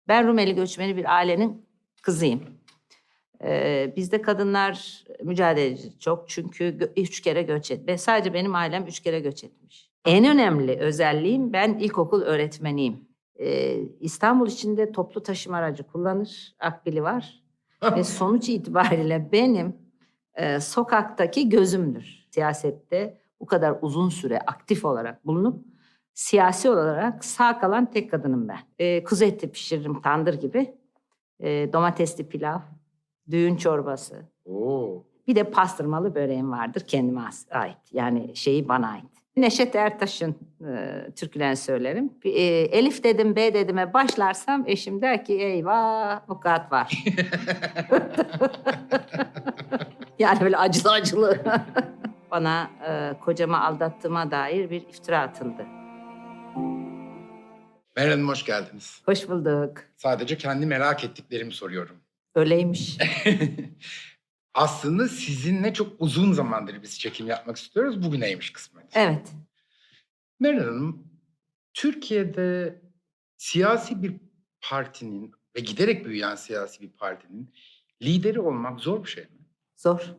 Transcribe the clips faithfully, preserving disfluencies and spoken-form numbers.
Ben Rumeli göçmeni bir ailenin kızıyım. Ee, bizde kadınlar mücadeleci çok çünkü gö- üç kere göç etmiş. Ve sadece benim ailem üç kere göç etmiş. En önemli özelliğim ben ilkokul öğretmeniyim. Ee, İstanbul içinde toplu taşıma aracı kullanır, akbili var. Ve sonuç itibariyle benim e, sokaktaki gözümdür. Siyasette bu kadar uzun süre aktif olarak bulunup siyasi olarak sağ kalan tek kadınım ben. Ee, kuzu eti pişiririm tandır gibi. Ee, domatesli pilav, düğün çorbası. Oo. Bir de pastırmalı böreğim vardır kendime as- ait. Yani şeyi bana ait. Neşet Ertaş'ın e, türkülerini söylerim. Bir, e, Elif dedim, B dedime başlarsam eşim der ki eyvah vukuat var. Yani böyle acılı acılı. Bana e, kocamı aldattığıma dair bir iftira atıldı. Meral Hanım hoş geldiniz. Hoş bulduk. Sadece kendi merak ettiklerimi soruyorum. Öyleymiş. Aslında sizinle çok uzun zamandır biz çekim yapmak istiyoruz. Bugüneymiş kısmet. Evet. Meral Hanım, Türkiye'de siyasi bir partinin ve giderek büyüyen siyasi bir partinin lideri olmak zor bir şey mi? Zor.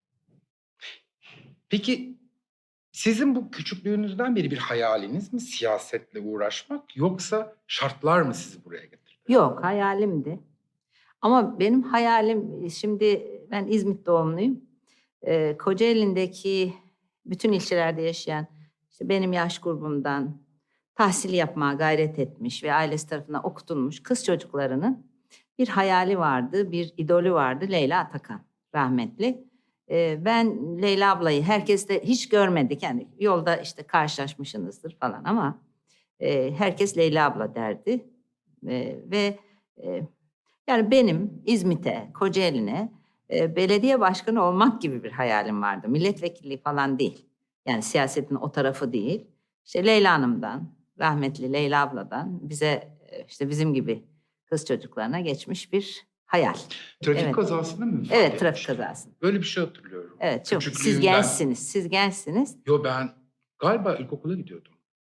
Peki sizin bu küçüklüğünüzden beri bir hayaliniz mi siyasetle uğraşmak, yoksa şartlar mı sizi buraya getirdi? Yok, hayalimdi. Ama benim hayalim, şimdi ben İzmit doğumluyum. Ee, Kocaeli'ndeki bütün ilçelerde yaşayan, işte benim yaş grubumdan tahsil yapmaya gayret etmiş ve ailesi tarafından okutulmuş kız çocuklarının bir hayali vardı, bir idolü vardı. Leyla Atakan, rahmetli. Ee, ben Leyla ablayı herkes de hiç görmedik. Yani yolda işte karşılaşmışsınızdır falan ama e, herkes Leyla abla derdi. E, ve e, yani benim İzmit'e, Kocaeli'ne e, belediye başkanı olmak gibi bir hayalim vardı. Milletvekilliği falan değil. Yani siyasetin o tarafı değil. İşte Leyla Hanım'dan, rahmetli Leyla abladan bize e, işte bizim gibi kız çocuklarına geçmiş bir hayal. Trafik Evet. kazasında mı vefat Evet, etmişti? trafik kazası. Böyle bir şey hatırlıyorum. Evet, çok. Siz Küçüklüğümden. gençsiniz, siz gençsiniz. Yo, ben galiba ilkokula gidiyordum.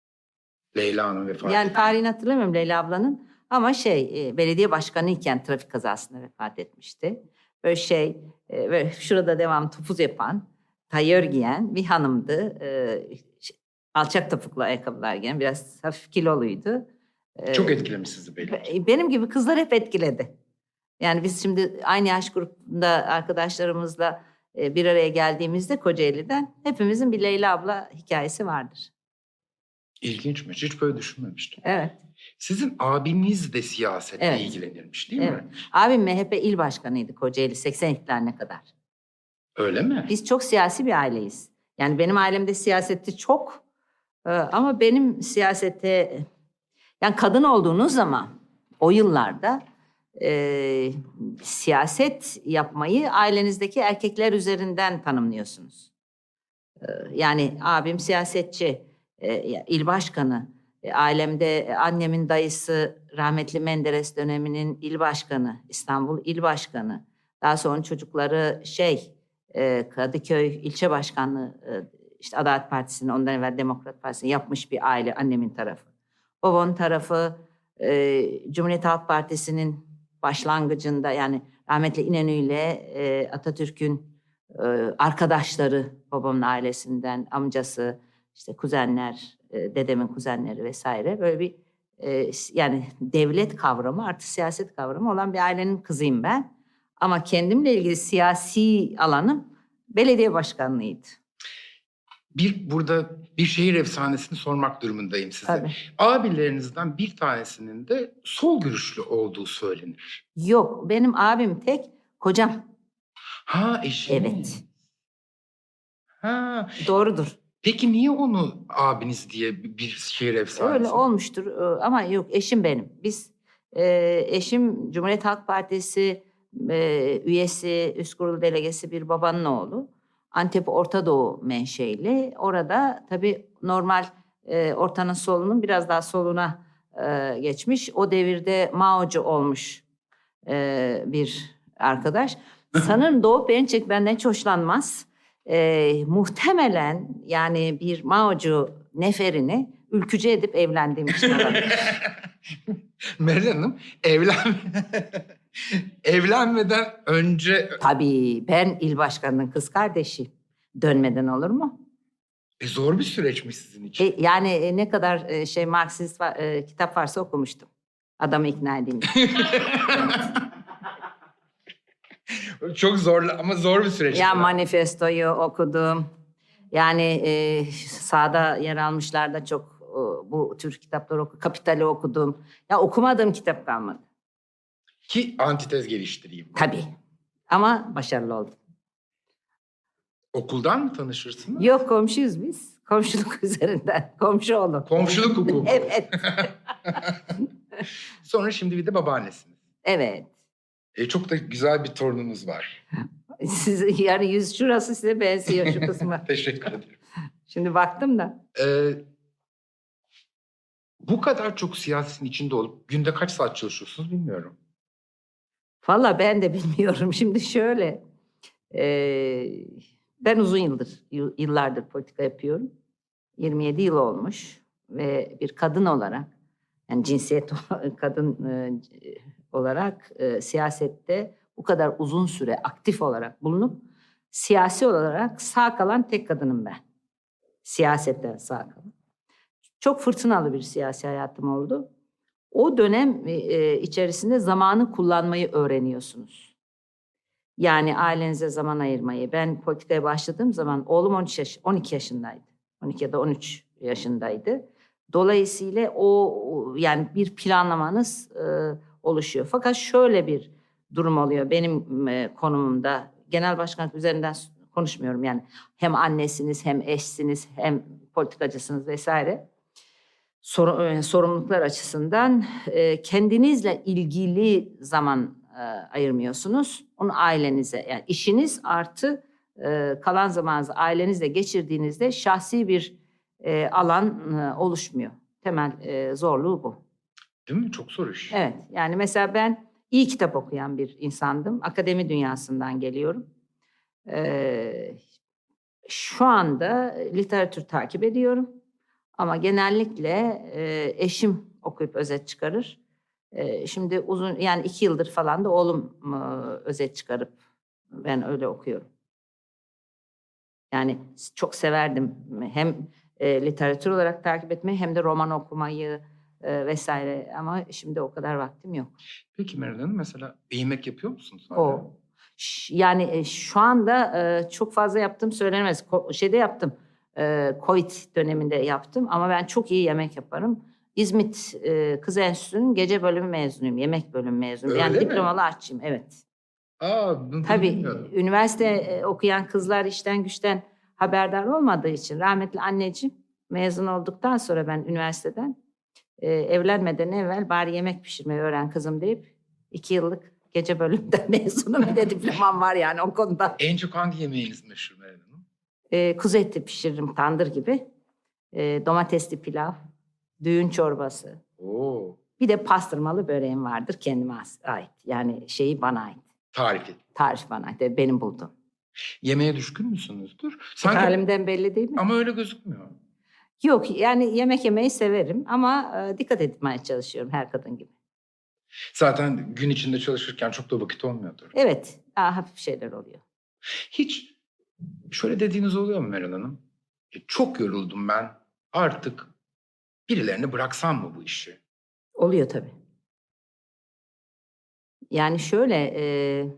Leyla Hanım vefat Yani etti. tarihini hatırlamıyorum Leyla ablanın ama şey e, belediye başkanı iken trafik kazasında vefat etmişti. Böyle şey e, böyle şurada devam topuz yapan, tayör giyen bir hanımdı. E, ş- alçak topuklu ayakkabılar giyen, biraz hafif kiloluydu. E, Çok etkilemiş sizi belli ki. be- Benim gibi kızlar hep etkiledi. Yani biz şimdi aynı yaş grubunda arkadaşlarımızla e, bir araya geldiğimizde Kocaeli'den hepimizin bir Leyla abla hikayesi vardır. İlginçmiş. Hiç böyle düşünmemiştim. Evet. Sizin abiniz de siyasetle Evet. ilgilenirmiş değil Evet. mi? Abim M H P il başkanıydı Kocaeli seksen ikilerine kadar. Öyle mi? Biz çok siyasi bir aileyiz. Yani benim ailemde siyaseti çok e, ama benim siyasete yani kadın olduğunuz zaman o yıllarda e, siyaset yapmayı ailenizdeki erkekler üzerinden tanımlıyorsunuz. E, yani abim siyasetçi, e, il başkanı. E, ailemde e, annemin dayısı rahmetli Menderes döneminin il başkanı, İstanbul il başkanı. Daha sonra çocukları şey e, Kadıköy ilçe başkanlığı, e, işte Adalet Partisi'nin ondan evvel Demokrat Partisi'ni yapmış bir aile annemin tarafı. Babamın tarafı e, Cumhuriyet Halk Partisi'nin başlangıcında yani rahmetli İnönü ile e, Atatürk'ün e, arkadaşları babamın ailesinden amcası işte kuzenler e, dedemin kuzenleri vesaire böyle bir e, yani devlet kavramı artı siyaset kavramı olan bir ailenin kızıyım ben. Ama kendimle ilgili siyasi alanım belediye başkanlığıydı. Bir burada bir şehir efsanesini sormak durumundayım size. Tabii. Abilerinizden bir tanesinin de sol görüşlü olduğu söylenir. Yok benim abim tek kocam. Ha, eşiniz. Evet. Ha. Doğrudur. Peki niye onu abiniz diye bir şehir efsanesi? Öyle olmuştur e, ama yok eşim benim. Biz e, eşim Cumhuriyet Halk Partisi e, üyesi, üst kurul delegesi bir babanın oğlu. Antep Orta Doğu menşeli. Orada tabii normal e, ortanın solunun biraz daha soluna e, geçmiş. O devirde Mao'cu olmuş e, bir arkadaş. Sanırım Doğu Perinçek benden hiç hoşlanmaz. E, muhtemelen yani bir Mao'cu neferini ülkücü edip evlendiğim için olabilir. Meral Hanım evlen evlenmeden önce Tabii ben il başkanının kız kardeşi. Dönmeden olur mu? e, zor bir süreçmiş sizin için. E, yani e, ne kadar e, şey Marksist va- e, kitap varsa okumuştum. Adamı ikna edeyim. Çok zorlu ama zor bir süreç. Ya manifestoyu okudum. Yani e, sahada yer almışlar da çok e, bu tür kitapları okudum. Kapital'i okudum. Ya okumadığım kitap kalmadı. Ki antitez geliştireyim. Tabii. Ama başarılı oldum. Okuldan mı tanışırsınız? Yok komşuyuz biz. Komşuluk üzerinden. Komşu oğlu. Komşuluk hukuku. Evet. Sonra şimdi bir de babaannesiniz. Evet. E, çok da güzel bir torununuz var. Siz, yani yüz şurası size benziyor şu kısmı. Teşekkür ederim. Şimdi baktım da. Ee, bu kadar çok siyasetin içinde olup günde kaç saat çalışıyorsunuz bilmiyorum. Valla ben de bilmiyorum. Şimdi şöyle. e, ben uzun yıldır, yıl- yıllardır politika yapıyorum. yirmi yedi yıl olmuş. Ve bir kadın olarak, yani cinsiyet kadın e, olarak e, siyasette bu kadar uzun süre aktif olarak bulunup siyasi olarak sağ kalan tek kadınım ben. Siyasetten sağ kalan. Çok fırtınalı bir siyasi hayatım oldu. O dönem e, içerisinde zamanı kullanmayı öğreniyorsunuz. Yani ailenize zaman ayırmayı. Ben politikaya başladığım zaman oğlum on üç yaş, on iki yaşındaydı. on iki ya da on üç yaşındaydı. Dolayısıyla o yani bir planlamanız e, oluşuyor. Fakat şöyle bir durum oluyor benim e, konumumda. Genel başkanlık üzerinden konuşmuyorum yani. Hem annesiniz, hem eşsiniz, hem politikacısınız vesaire. Sor, e, sorumluluklar açısından e, kendinizle ilgili zaman e, ayırmıyorsunuz. Onu ailenize, yani işiniz artı e, kalan zamanınızı ailenizle geçirdiğinizde şahsi bir e, alan e, oluşmuyor. Temel e, zorluğu bu. Değil mi? Çok zor iş. Evet, yani mesela ben iyi kitap okuyan bir insandım. Akademi dünyasından geliyorum. E, şu anda literatür takip ediyorum. Ama genellikle e, eşim okuyup özet çıkarır. E, şimdi uzun yani iki yıldır falan da oğlum e, özet çıkarıp ben öyle okuyorum. Yani çok severdim hem e, literatür olarak takip etmeyi hem de roman okumayı e, vesaire ama şimdi o kadar vaktim yok. Peki Meral Hanım mesela yemek yapıyor musunuz? hala? O Ş- yani e, şu anda e, çok fazla yaptım söylenemez. Ko- şeyde yaptım. E, Covid döneminde yaptım ama ben çok iyi yemek yaparım. İzmit e, Kız Enstitüsü'nün gece bölümü mezunuyum. Yemek bölümü mezunuyum. Yani Öyle mi? diplomalı aşçıyım, evet. Aa, bunu Tabii bilmiyordum. üniversite e, okuyan kızlar işten güçten haberdar olmadığı için rahmetli anneciğim mezun olduktan sonra ben üniversiteden e, evlenmeden evvel bari yemek pişirmeyi öğren kızım deyip iki yıllık gece bölümünden mezunum. Bir de diplomam var yani o konuda. En çok hangi yemeğiniz meşhur Meral Hanım? E, kuzu eti pişiririm tandır gibi. E, domatesli pilav, düğün çorbası. Oo, Bir de pastırmalı böreğim vardır kendime as- ait. Yani şeyi bana ait. tarifi. Tarif bana ait. Benim bulduğum. Yemeğe düşkün müsünüzdür? Sanki Halimden belli değil mi? ama öyle gözükmüyor. Yok yani yemek yemeyi severim ama e, dikkat etmeye çalışıyorum her kadın gibi. Zaten gün içinde çalışırken çok da vakit olmuyordur. Evet, daha hafif şeyler oluyor. Hiç şöyle dediğiniz oluyor mu Meral Hanım? E, çok yoruldum ben. Artık birilerini bıraksam mı bu işi? Oluyor tabii. Yani şöyle, e,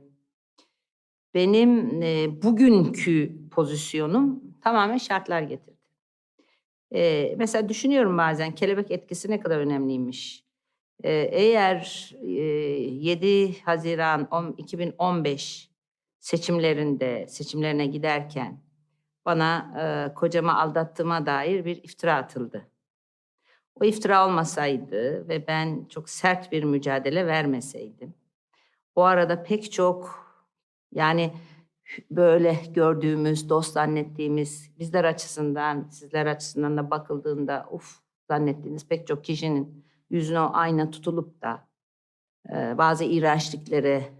benim e, bugünkü pozisyonum tamamen şartlar getirdi. E, mesela düşünüyorum bazen kelebek etkisi ne kadar önemliymiş. E, eğer e, yedi Haziran on- iki bin on beş seçimlerinde, seçimlerine giderken bana e, kocamı aldattığıma dair bir iftira atıldı. O iftira olmasaydı ve ben çok sert bir mücadele vermeseydim, o arada pek çok yani böyle gördüğümüz, dost zannettiğimiz, bizler açısından, sizler açısından da bakıldığında uf zannettiğiniz pek çok kişinin yüzüne o ayna tutulup da e, bazı iğrençliklere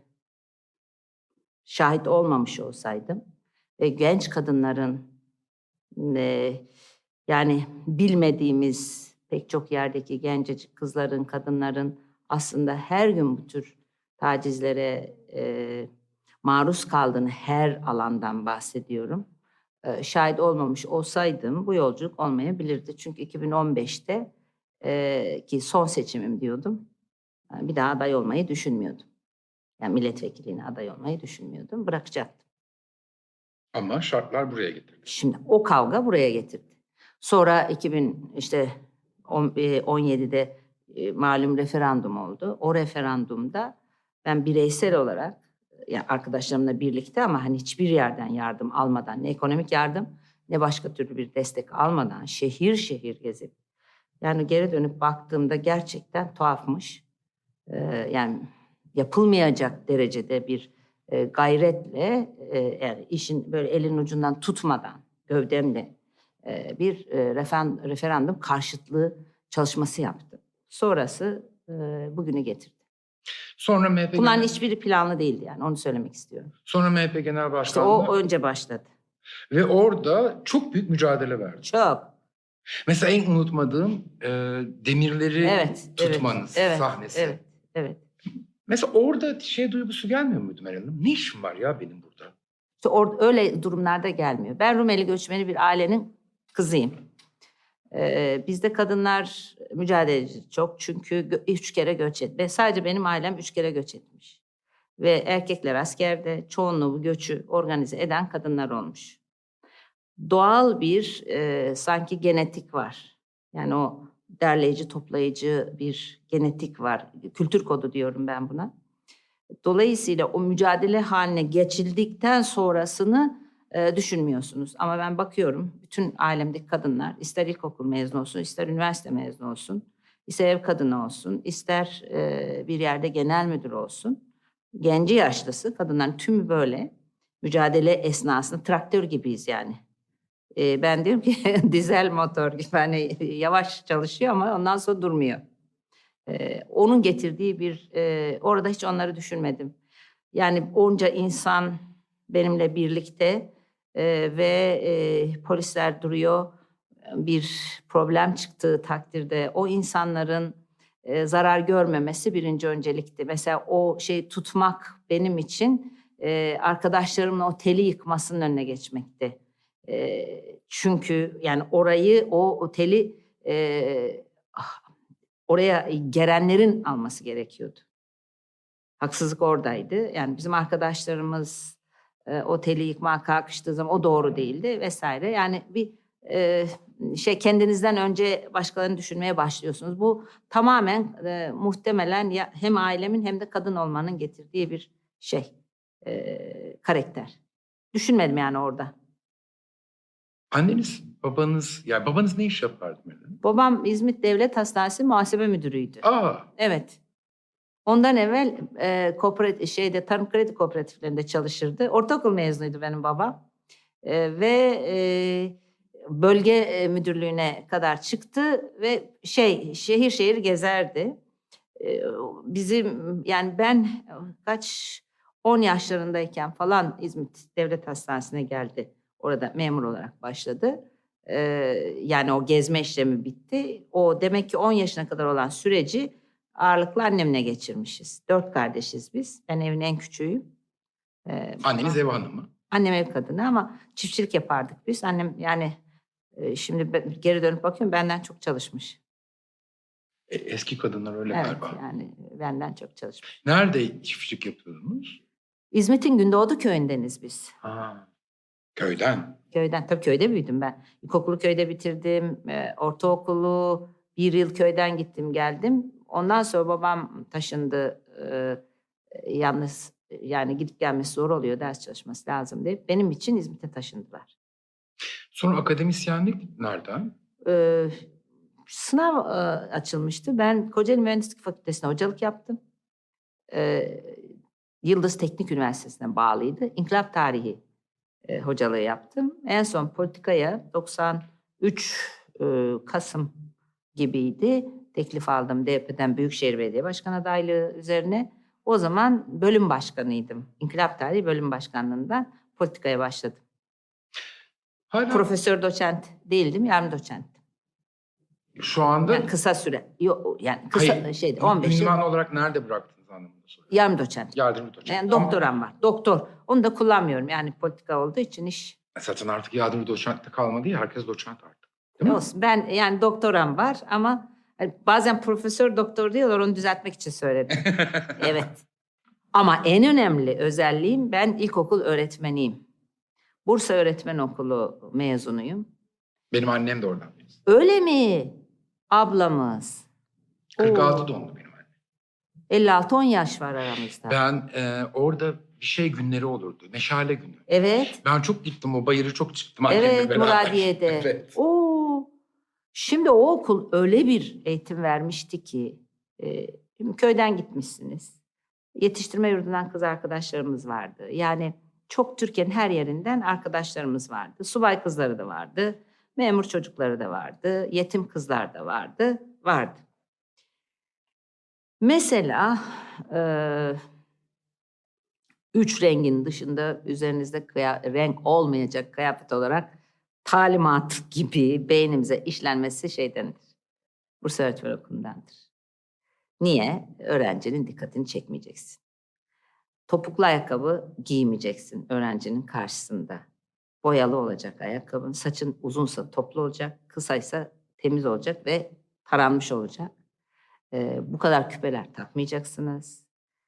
şahit olmamış olsaydım ve genç kadınların e, yani bilmediğimiz pek çok yerdeki gencecik kızların, kadınların aslında her gün bu tür tacizlere e, maruz kaldığını, her alandan bahsediyorum. E, şahit olmamış olsaydım bu yolculuk olmayabilirdi. Çünkü iki bin on beşte e, ki son seçimim diyordum. Yani bir daha aday olmayı düşünmüyordum. Yani milletvekilliğine aday olmayı düşünmüyordum. Bırakacaktım. Ama şartlar buraya getirdi. Şimdi o kavga buraya getirdi. Sonra iki bin işte on yedide e, malum referandum oldu. O referandumda ben bireysel olarak yani arkadaşlarımla birlikte ama hani hiçbir yerden yardım almadan, ne ekonomik yardım ne başka türlü bir destek almadan şehir şehir gezip yani geri dönüp baktığımda gerçekten tuhafmış. Ee, yani yapılmayacak derecede bir e, gayretle e, yani işin böyle elin ucundan tutmadan gövdemle e, bir e, refen, referandum karşıtlığı çalışması yaptım. Sonrası e, bugünü getirdi. Sonra M H P Bunların Genel, hiçbiri planlı değildi yani onu söylemek istiyorum. sonra M H P Genel İşte Başkanlığı o önce başladı. ve orada çok büyük mücadele verdi. Çok. Mesela en unutmadığım e, demirleri Evet, tutmanız evet, evet, sahnesi. evet, evet. Mesela orada şey duygusu gelmiyor muydu Meral Hanım? Ne işim var ya benim burada? İşte or- öyle durumlarda gelmiyor. Ben Rumeli göçmeni bir ailenin kızıyım. Ee, bizde kadınlar mücadeleci çok çünkü gö- üç kere göç etti. Ve sadece benim ailem üç kere göç etmiş. Ve erkekler askerde, çoğunluğu bu göçü organize eden kadınlar olmuş. Doğal bir e, sanki genetik var. Yani o derleyici, toplayıcı bir genetik var. Kültür kodu diyorum ben buna. Dolayısıyla o mücadele haline geçildikten sonrasını e, düşünmüyorsunuz. Ama ben bakıyorum bütün ailemdeki kadınlar ister ilkokul mezunu olsun, ister üniversite mezunu olsun, ister ev kadını olsun, ister e, bir yerde genel müdür olsun. Genci yaşlısı kadınların tümü böyle mücadele esnasında traktör gibiyiz yani. E, ben diyorum ki dizel motor gibi hani yavaş çalışıyor ama ondan sonra durmuyor. Ee, onun getirdiği bir, e, orada hiç onları düşünmedim. Yani onca insan benimle birlikte e, ve e, polisler duruyor. Bir problem çıktığı takdirde o insanların e, zarar görmemesi birinci öncelikti. Mesela o şeyi tutmak benim için e, arkadaşlarımla o teli yıkmasının önüne geçmekti. E, çünkü yani orayı, o oteli e, oraya gelenlerin alması gerekiyordu. Haksızlık oradaydı. Yani bizim arkadaşlarımız e, oteli yıkmaya kalkıştığı zaman o doğru değildi vesaire. Yani bir e, şey kendinizden önce başkalarını düşünmeye başlıyorsunuz. Bu tamamen e, muhtemelen ya, hem ailemin hem de kadın olmanın getirdiği bir şey, e, karakter. Düşünmedim yani orada. Anneniz, babanız, ya babanız ne iş yapardı Meral Hanım? Babam İzmit Devlet Hastanesi muhasebe müdürüydü. Aa, Evet. Ondan evvel e, kooperatif, şeyde tarım kredi kooperatiflerinde çalışırdı. Ortaokul mezunuydu benim babam. E, ve e, bölge e, müdürlüğüne kadar çıktı ve şey şehir şehir gezerdi. E, bizim yani ben kaç on yaşlarındayken falan İzmit Devlet Hastanesi'ne geldi. Orada memur olarak başladı. E, yani o gezme işlemi bitti. O demek ki on yaşına kadar olan süreci ağırlıklı annemle geçirmişiz. Dört kardeşiz biz. Ben evin en küçüğüyüm. Ee, anneniz ev hanımı. Annem ev kadını ama çiftçilik yapardık biz. Annem yani e, şimdi be- geri dönüp bakıyorum benden çok çalışmış. E, eski kadınlar öyle Evet galiba. yani benden çok çalışmış. Nerede çiftçilik yapıyordunuz? İzmit'in Gündoğdu köyündeniz biz. Ha, köyden. Köyden, tabii köyde büyüdüm ben. İlkokulu köyde bitirdim. E, ortaokulu bir yıl köyden gittim geldim. Ondan sonra babam taşındı. E, yalnız yani gidip gelmesi zor oluyor. Ders çalışması lazım diye. Benim için İzmit'e taşındılar. Sonra akademisyenlik nereden? E, sınav e, açılmıştı. Ben Kocaeli Mühendislik Fakültesi'ne hocalık yaptım. E, Yıldız Teknik Üniversitesi'ne bağlıydı. İnkılap Tarihi e, hocalığı yaptım. En son politikaya doksan üç e, Kasım gibiydi. Teklif aldım D H P'den Büyükşehir Belediye Başkan adaylığı üzerine. O zaman bölüm başkanıydım. İnkılap Tarihi bölüm başkanlığından politikaya başladım. Hala Profesör doçent değildim, yardım doçenttim. Şu anda Yani kısa süre. Yok yani kısa hayır, şeydi on beş yıl. ünvan olarak nerede bıraktınız anlamında soruyorum. Yarım doçent. Yardımcı doçent. Yani Ama doktoram var. Doktor. Onu da kullanmıyorum. Yani politika olduğu için iş. zaten artık yardımcı doçentte kalmadı ya. Herkes doçent artık. E Değil mi? olsun. Ben yani doktoram var ama hani bazen profesör doktor diyorlar, onu düzeltmek için söyledim. Evet. Ama en önemli özelliğim, ben ilkokul öğretmeniyim. Bursa Öğretmen Okulu mezunuyum. Benim annem de oradan. Öyle mi? Ablamız. kırk altı Oo. doğumlu benim annem. elli altı on yaş var aramızda. Ben e, orada bir şey günleri olurdu. Meşale günü. Evet. Ben çok gittim, o bayırı çok çıktım annemle Evet, beraber. Muradiye'de. Evet. Oo. Şimdi o okul öyle bir eğitim vermişti ki, e, şimdi köyden gitmişsiniz. Yetiştirme yurdundan kız arkadaşlarımız vardı. Yani çok Türkiye'nin her yerinden arkadaşlarımız vardı. Subay kızları da vardı. Memur çocukları da vardı. Yetim kızlar da vardı. Vardı. Mesela e, üç rengin dışında üzerinizde kıya- renk olmayacak kıyafet olarak talimat gibi beynimize işlenmesi şeydendir. Bursa Öğretmen Okulu'ndandır. Niye? Öğrencinin dikkatini çekmeyeceksin. Topuklu ayakkabı giymeyeceksin öğrencinin karşısında. Boyalı olacak ayakkabın. Saçın uzunsa toplu olacak, kısaysa temiz olacak ve taranmış olacak. Ee, bu kadar küpeler takmayacaksınız.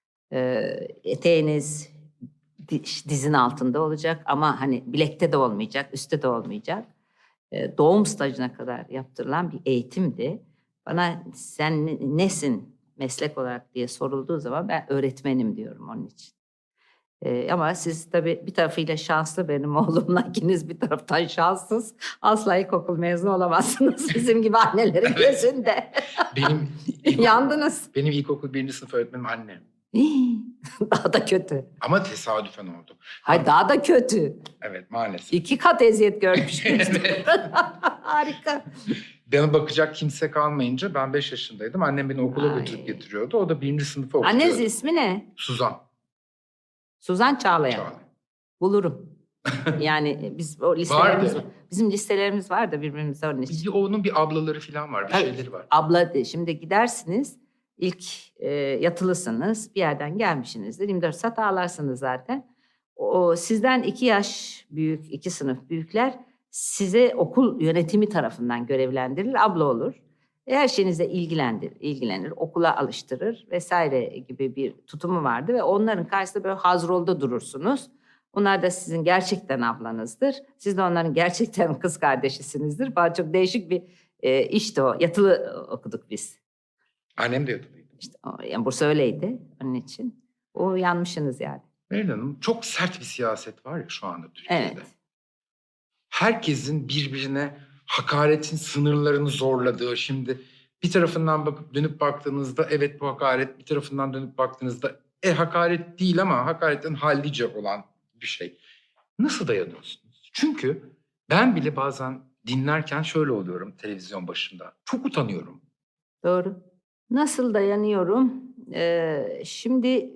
Ee, eteğiniz dizin altında olacak ama hani bilekte de olmayacak, üstte de olmayacak. Ee, doğum stajına kadar yaptırılan bir eğitimdi. Bana sen nesin meslek olarak diye sorulduğu zaman ben öğretmenim diyorum onun için. Ee, ama siz tabii bir tarafıyla şanslı, benim oğlumla ikiniz bir taraftan şanssız. Asla ilkokul mezunu olamazsınız bizim gibi annelerin gözünde. Benim ilkokul, Yandınız. benim ilkokul birinci sınıf öğretmenim annem. Daha da kötü. Ama tesadüfen oldu. Hayır, daha da kötü. Evet, maalesef. İki kat eziyet görmüşsünüz. Evet. Harika. Bana bakacak kimse kalmayınca ben beş yaşındaydım. Annem beni okula Ay. götürüp getiriyordu. O da birinci sınıfa okuyordu. Anneniz ismi ne? Suzan. Suzan Çağlayan. Çağlayan. Bulurum. Yani biz o listelerimiz Vardı. var. Bizim listelerimiz var da birbirimize onun Bir, için. onun bir ablaları falan var, bir Tabii. şeyleri var. Abla de, şimdi gidersiniz, ilk e, yatılısınız, bir yerden gelmişsinizdir. yirmi dört saat ağlarsınız zaten. O, sizden iki yaş büyük, iki sınıf büyükler size okul yönetimi tarafından görevlendirilir, abla olur. Her şeyinizle ilgilendir, ilgilenir, okula alıştırır vesaire gibi bir tutumu vardı ve onların karşısında böyle hazrolda durursunuz. Onlar da sizin gerçekten ablanızdır. Siz de onların gerçekten kız kardeşisinizdir. Bana çok değişik bir e, işti o. Yatılı okuduk biz. Annem de yatılıydı. İşte o, yani Bursa öyleydi onun için. O yanmışsınız yani. Meral Hanım, çok sert bir siyaset var ya şu anda Türkiye'de. Evet. Herkesin birbirine hakaretin sınırlarını zorladığı, şimdi bir tarafından bakıp dönüp baktığınızda evet bu hakaret, bir tarafından dönüp baktığınızda e hakaret değil ama hakaretten hallice olan bir şey. Nasıl dayanıyorsunuz? Çünkü ben bile bazen dinlerken şöyle oluyorum televizyon başında. Çok utanıyorum. Doğru. Nasıl dayanıyorum? Ee, şimdi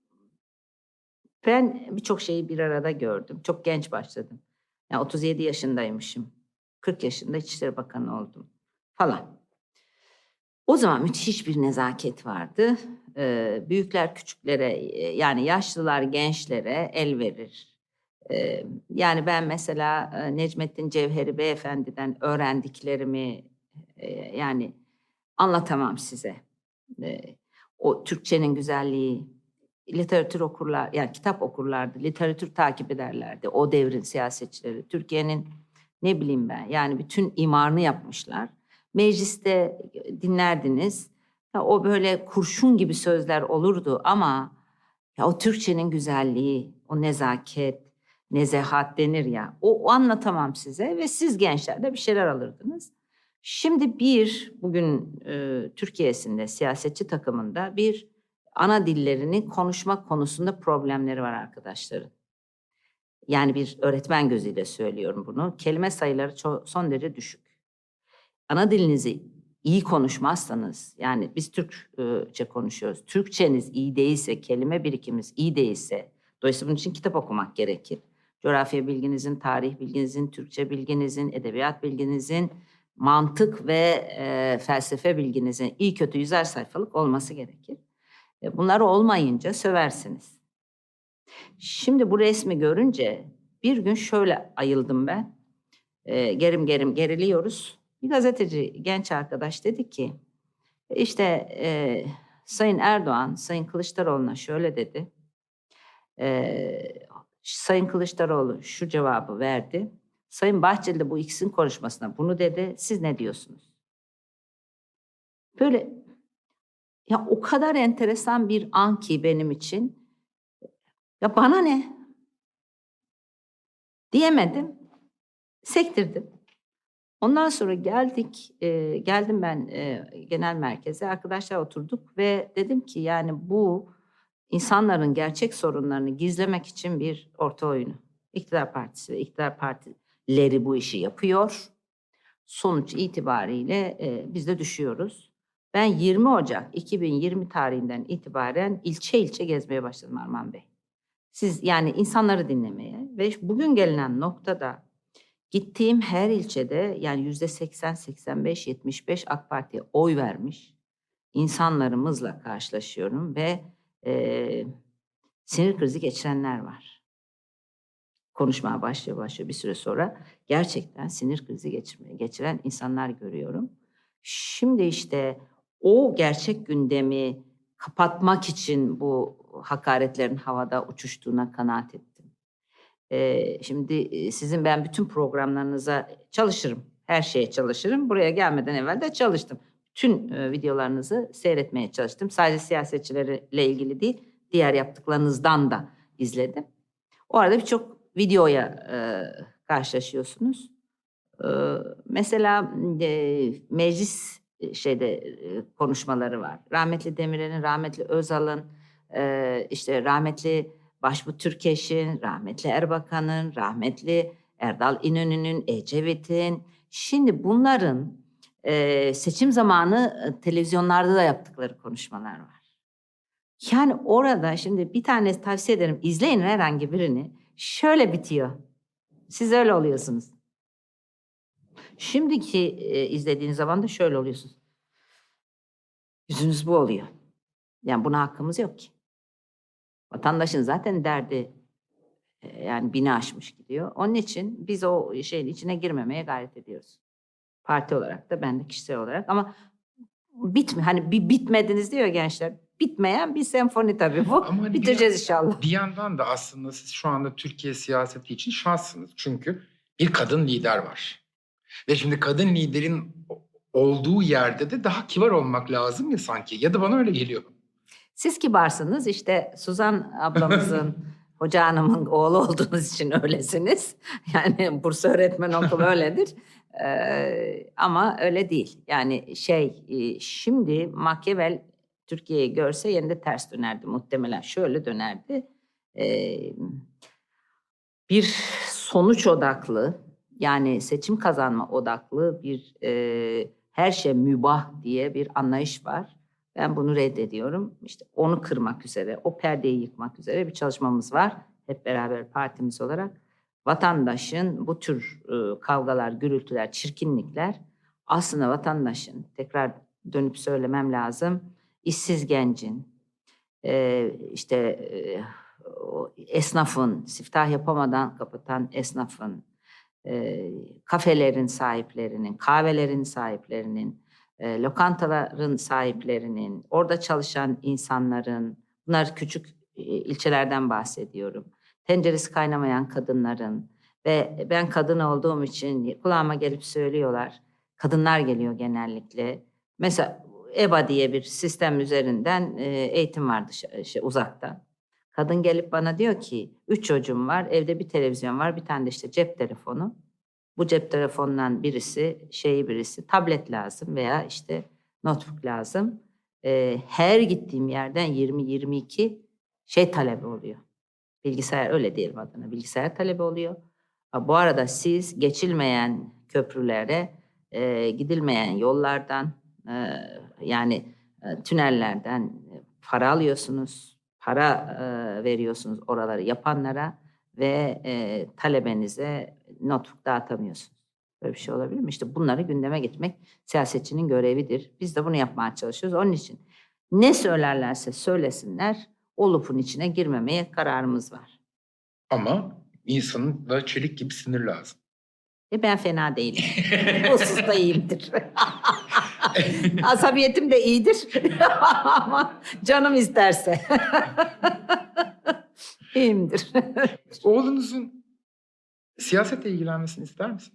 ben birçok şeyi bir arada gördüm. Çok genç başladım. Yani otuz yedi yaşındaymışım. kırk yaşında İçişleri Bakanı oldum falan. O zaman müthiş bir nezaket vardı. Ee, büyükler küçüklere, yani yaşlılar gençlere el verir. Ee, yani ben mesela e, Necmettin Cevheri Beyefendi'den öğrendiklerimi e, yani anlatamam size. Ee, o Türkçenin güzelliği, literatür okurlar, yani kitap okurlardı, literatür takip ederlerdi. O devrin siyasetçileri, Türkiye'nin ne bileyim ben, yani bütün imarını yapmışlar. Mecliste dinlerdiniz, ya o böyle kurşun gibi sözler olurdu ama ya o Türkçenin güzelliği, o nezaket, nezahat denir ya, o, o anlatamam size ve siz gençler de bir şeyler alırdınız. Şimdi bir, bugün e, Türkiye'sinde siyasetçi takımında bir ana dillerini konuşmak konusunda problemleri var arkadaşların. Yani bir öğretmen gözüyle söylüyorum bunu. Kelime sayıları çok, son derece düşük. Ana dilinizi iyi konuşmazsanız, yani biz Türkçe konuşuyoruz. Türkçeniz iyi değilse, kelime birikiminiz iyi değilse, dolayısıyla bunun için kitap okumak gerekir. Coğrafya bilginizin, tarih bilginizin, Türkçe bilginizin, edebiyat bilginizin, mantık ve e, felsefe bilginizin iyi kötü yüzer sayfalık olması gerekir. E, bunlar olmayınca söversiniz. Şimdi bu resmi görünce bir gün şöyle ayıldım ben. E, gerim gerim geriliyoruz. Bir gazeteci genç arkadaş dedi ki işte e, Sayın Erdoğan Sayın Kılıçdaroğlu'na şöyle dedi. E, Sayın Kılıçdaroğlu şu cevabı verdi. Sayın Bahçeli de bu ikisinin konuşmasına bunu dedi. Siz ne diyorsunuz? Böyle ya o kadar enteresan bir an ki benim için. Ya bana ne? Diyemedim. Sektirdim. Ondan sonra geldik, e, geldim ben e, genel merkeze. Arkadaşlar oturduk ve dedim ki yani bu insanların gerçek sorunlarını gizlemek için bir orta oyunu. İktidar Partisi ve iktidar partileri bu işi yapıyor. Sonuç itibariyle e, biz de düşüyoruz. Ben yirmi Ocak iki bin yirmi tarihinden itibaren ilçe ilçe gezmeye başladım Arman Bey. Siz yani insanları dinlemeye ve bugün gelinen noktada gittiğim her ilçede yani yüzde seksen, seksen beş, yetmiş beş AK Parti'ye oy vermiş insanlarımızla karşılaşıyorum ve e, sinir krizi geçirenler var. Konuşmaya başlıyor başlıyor bir süre sonra gerçekten sinir krizi geçirmeye, geçiren insanlar görüyorum. Şimdi işte o gerçek gündemi kapatmak için bu hakaretlerin havada uçuştuğuna kanaat ettim. Ee, şimdi sizin ben bütün programlarınıza çalışırım. Her şeye çalışırım. Buraya gelmeden evvel de çalıştım. Tüm e, videolarınızı seyretmeye çalıştım. Sadece siyasetçilerle ilgili değil, diğer yaptıklarınızdan da izledim. O arada birçok videoya e, karşılaşıyorsunuz. E, mesela e, meclis şeyde e, konuşmaları var. Rahmetli Demirel'in, rahmetli Özal'ın, e, işte rahmetli Başbuğ Türkeş'in, rahmetli Erbakan'ın, rahmetli Erdal İnönü'nün, Ecevit'in. Şimdi bunların e, seçim zamanı e, televizyonlarda da yaptıkları konuşmalar var. Yani orada şimdi bir tane tavsiye ederim. İzleyin herhangi birini. Şöyle bitiyor. Siz öyle oluyorsunuz. Şimdiki e, izlediğiniz zaman da şöyle oluyorsunuz. Yüzünüz bu oluyor. Yani buna hakkımız yok ki. Vatandaşın zaten derdi e, yani bini aşmış gidiyor. Onun için biz o şeyin içine girmemeye gayret ediyoruz. Parti olarak da ben de kişisel olarak ama bitme hani bir bitmediniz diyor gençler. Bitmeyen bir senfoni tabii bu. Ama hani Bitireceğiz bir, inşallah. bir yandan da aslında siz şu anda Türkiye siyaseti için şanslısınız. Çünkü bir kadın lider var. Ve şimdi kadın liderin olduğu yerde de daha kibar olmak lazım ya sanki. Ya da bana öyle geliyor. Siz kibarsınız işte Suzan ablamızın Hoca Hanım'ın oğlu olduğunuz için öylesiniz. Yani Bursa Öğretmen Okulu öyledir. Ee, ama öyle değil. Yani şey e, şimdi Machiavelli Türkiye'yi görse yerinde ters dönerdi muhtemelen. Şöyle dönerdi. Ee, bir sonuç odaklı yani seçim kazanma odaklı bir e, her şey mübah diye bir anlayış var. Ben bunu reddediyorum. İşte onu kırmak üzere, o perdeyi yıkmak üzere bir çalışmamız var. Hep beraber partimiz olarak. Vatandaşın bu tür e, kavgalar, gürültüler, çirkinlikler aslında vatandaşın, tekrar dönüp söylemem lazım, işsiz gencin, e, işte e, esnafın, siftah yapamadan kapatan esnafın, e, kafelerin sahiplerinin, kahvelerin sahiplerinin, e, lokantaların sahiplerinin, orada çalışan insanların, bunlar küçük e, ilçelerden bahsediyorum. Tenceresi kaynamayan kadınların ve ben kadın olduğum için kulağıma gelip söylüyorlar. Kadınlar geliyor genellikle. Mesela E B A diye bir sistem üzerinden e, eğitim vardı şey, uzakta. Kadın gelip bana diyor ki üç çocuğum var, evde bir televizyon var, bir tane de işte cep telefonu. Bu cep telefonundan birisi, şeyi birisi, tablet lazım veya işte notebook lazım. Ee, her gittiğim yerden yirmi yirmi iki şey talebi oluyor. Bilgisayar öyle diyelim adına, bilgisayar talebi oluyor. Bu arada siz geçilmeyen köprülere, e, gidilmeyen yollardan, e, yani e, tünellerden e, para alıyorsunuz, para e, veriyorsunuz oraları yapanlara ve e, talebenize notebook dağıtamıyorsunuz. Böyle bir şey olabilir mi? İşte bunları gündeme getirmek siyasetçinin görevidir. Biz de bunu yapmaya çalışıyoruz. Onun için ne söylerlerse söylesinler o lupun içine girmemeye kararımız var. Ama insanın da çelik gibi sinir lazım. E ben fena değilim. O hususta iyiyimdir. Asabiyetim de iyidir. Ama canım isterse. İyiyimdir. Oğlunuzun siyasetle ilgilenmesini ister misiniz?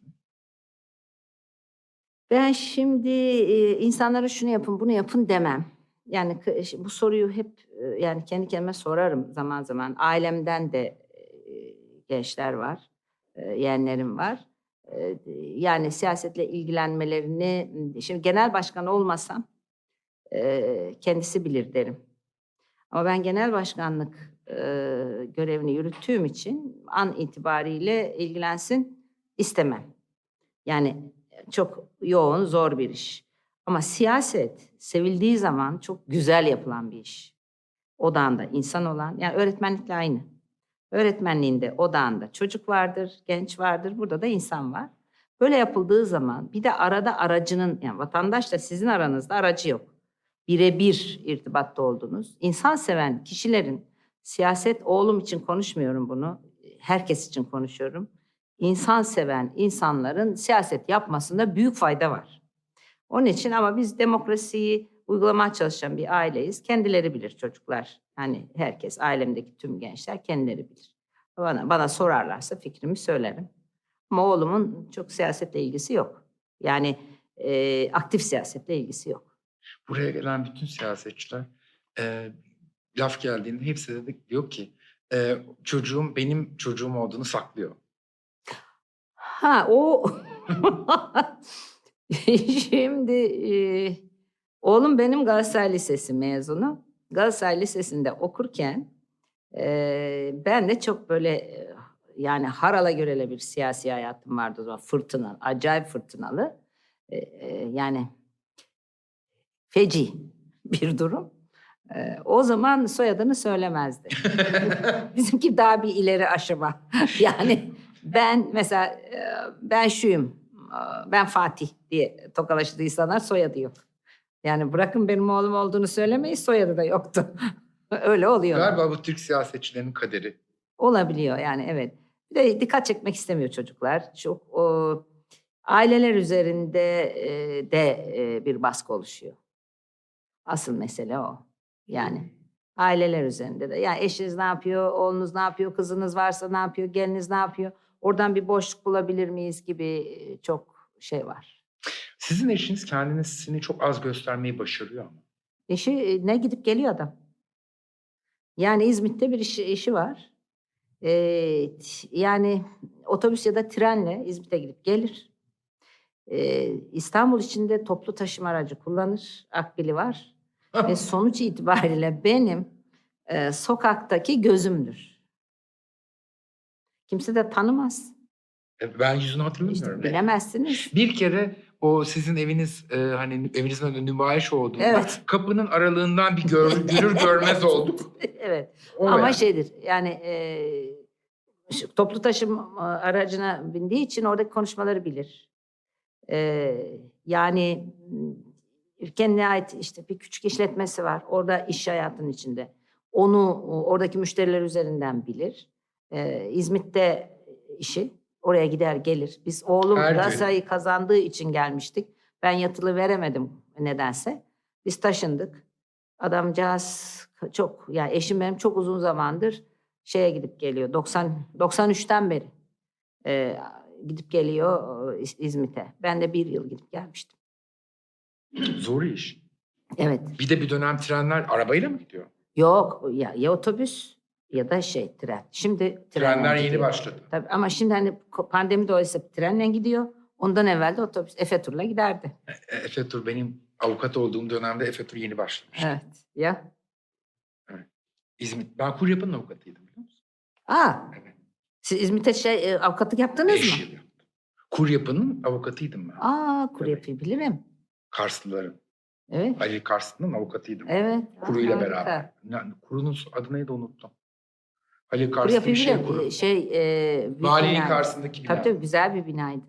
Ben şimdi e, insanlara şunu yapın, bunu yapın demem. Yani k- ş- bu soruyu hep e, yani kendi kendime sorarım zaman zaman. Ailemden de e, gençler var, e, yeğenlerim var. E, Yani siyasetle ilgilenmelerini, şimdi genel başkan olmasam e, kendisi bilir derim. Ama ben genel başkanlık e, görevini yürüttüğüm için an itibariyle ilgilensin istemem. Yani çok yoğun, zor bir iş. Ama siyaset sevildiği zaman çok güzel yapılan bir iş. Odağında insan olan, yani öğretmenlikle aynı. Öğretmenliğinde odağında çocuk vardır, genç vardır, burada da insan var. Böyle yapıldığı zaman bir de arada aracının, yani vatandaşla sizin aranızda aracı yok. Birebir irtibatta oldunuz. İnsan seven kişilerin, siyaset oğlum için konuşmuyorum bunu, herkes için konuşuyorum. İnsan seven insanların siyaset yapmasında büyük fayda var. Onun için ama biz demokrasiyi uygulamaya çalışan bir aileyiz. Kendileri bilir çocuklar. Hani herkes, ailemdeki tüm gençler kendileri bilir. Bana, bana sorarlarsa fikrimi söylerim. Ama oğlumun çok siyasetle ilgisi yok. Yani e, aktif siyasetle ilgisi yok. Buraya gelen bütün siyasetçiler e, laf geldiğinde hepsi de diyor ki e, çocuğum benim çocuğum olduğunu saklıyor. Ha o şimdi e, oğlum benim Galatasaray Lisesi mezunu. Galatasaray Lisesi'nde okurken e, ben de çok böyle e, yani harala görele bir siyasi hayatım vardı o zaman. Fırtınalı, acayip fırtınalı. E, e, yani feci bir durum. E, o zaman soyadını söylemezdi. Bizimki daha bir ileri aşama. Yani ben mesela e, ben şuyum, e, ben Fatih diye tokalaştı insanlar, soyadı yok. Yani bırakın benim oğlum olduğunu söylemeyi, soyadı da yoktu. Öyle oluyor. Galiba bu Türk siyasetçilerin kaderi. Olabiliyor yani, evet. Bir de dikkat çekmek istemiyor çocuklar. Çok o, aileler üzerinde e, de e, bir baskı oluşuyor. Asıl mesele o. Yani aileler üzerinde de. Yani eşiniz ne yapıyor, oğlunuz ne yapıyor, kızınız varsa ne yapıyor, geliniz ne yapıyor? Oradan bir boşluk bulabilir miyiz gibi e, çok şey var. Sizin eşiniz kendisini çok az göstermeyi başarıyor ama. Eşi e, ne gidip geliyor adam. Yani İzmit'te bir işi, işi var. Ee, t- yani otobüs ya da trenle İzmit'e gidip gelir. Ee, İstanbul içinde toplu taşıma aracı kullanır. Akbili var. Ve sonuç itibariyle benim e, sokaktaki gözümdür. Kimse de tanımaz. E, Ben yüzünü hatırlamıyorum. İşte bilemezsiniz. Bir kere o sizin eviniz e, hani evinizin önünde nümayiş olduğunda Evet. kapının aralığından bir gör, görür görmez olduk. Evet. O Ama yani. şeydir yani e, şu toplu taşıma aracına bindiği için oradaki konuşmaları bilir. E, yani m, kendine ait işte bir küçük işletmesi var. Orada iş hayatının içinde. Onu oradaki müşteriler üzerinden bilir. E, İzmit'te işi. Oraya gider gelir. Biz oğlum Her gün. Galatasaray'ı kazandığı için gelmiştik. Ben yatılı veremedim nedense. Biz taşındık. Adamcağız çok, yani eşim benim çok uzun zamandır şeye gidip geliyor. doksan doksan üçten beri e, gidip geliyor e, İz- İzmit'e. Ben de bir yıl gidip gelmiştim. Zor iş. Evet. Bir de bir dönem trenler arabayla mı gidiyor? Yok ya, ya otobüs ya da şey tren. Şimdi trenle Trenler yeni gidiyor. başladı. Tabii, ama şimdi hani ko- pandemi dolayısıyla trenle gidiyor. Ondan evvel de otobüs Efe Tur'la giderdi. E, Efe Tur benim avukat olduğum dönemde Efe Tur yeni başlamış. Evet. Ya. İzmit. Ben Kuryapı'nın avukatıydım biliyor musun? Aa, Evet. siz İzmit'te şey e, avukatlık yaptınız Beş mı? yıl yaptım. Kuryapı'nın avukatıydım ben. Aa, kuru yapıyı bilirim. Karslıların. Evet. Ali Karslı'nın avukatıydım. Evet. Kuruyla Aa, beraber. harika. Yani kurunun adı neydi unuttum. Ali Kuru Karslı yapıyı bir şey bilirim. kuru. Ee, Şey, e, bir Valiliğin bina. karşısındaki bina. Tabii tabii, güzel bir binaydı.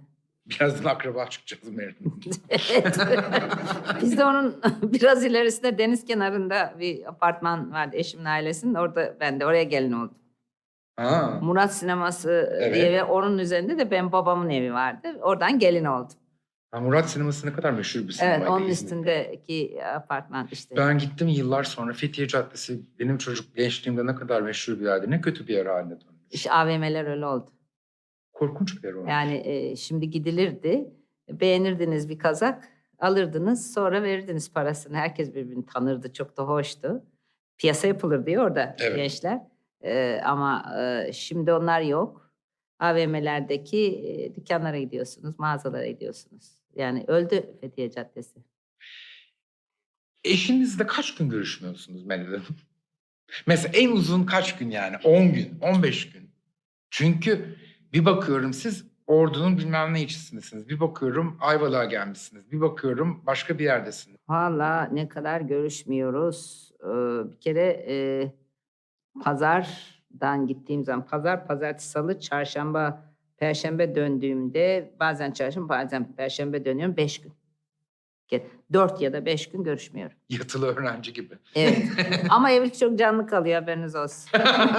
Birazdan akraba çıkacağız Meryem. Evet. Biz de onun biraz ilerisinde deniz kenarında bir apartman vardı eşimin ailesinin. Orada ben de oraya gelin oldum. Ha, Murat Sineması Evet. diye ve onun üzerinde de benim babamın evi vardı. Oradan gelin oldum. ha, Murat Sineması ne kadar meşhur bir sinemaydı. Evet, onun İzmir'de. üstündeki apartman işte. Ben gittim yıllar sonra. Fethiye Caddesi benim çocuk gençliğimde ne kadar meşhur bir yerdi. Ne kötü bir yer haline dönmüş. İşte A V M'ler öyle oldu. Korkunç bir yer olmuş. Yani e, şimdi gidilirdi, beğenirdiniz bir kazak, alırdınız, sonra verirdiniz parasını. Herkes birbirini tanırdı, çok da hoştu. Piyasa yapılır diyor orada Evet. gençler. E, ama e, şimdi onlar yok. A V M'lerdeki e, dükkanlara gidiyorsunuz, mağazalara gidiyorsunuz. Yani öldü Fethiye Caddesi. Eşinizle kaç gün görüşmüyorsunuz Meral Hanım? Mesela en uzun kaç gün yani? on gün, on beş gün. Çünkü bir bakıyorum siz Ordu'nun bilmem ne ilçesindesiniz. Bir bakıyorum Ayvalık'a gelmişsiniz. Bir bakıyorum başka bir yerdesiniz. Valla ne kadar görüşmüyoruz. Ee, bir kere e, pazardan gittiğim zaman, pazar, pazartesi, salı, çarşamba, perşembe döndüğümde bazen çarşamba, bazen perşembe dönüyorum beş gün. Dört ya da beş gün görüşmüyorum. Yatılı öğrenci gibi. Evet. Ama evlilik çok canlı kalıyor, haberiniz olsun.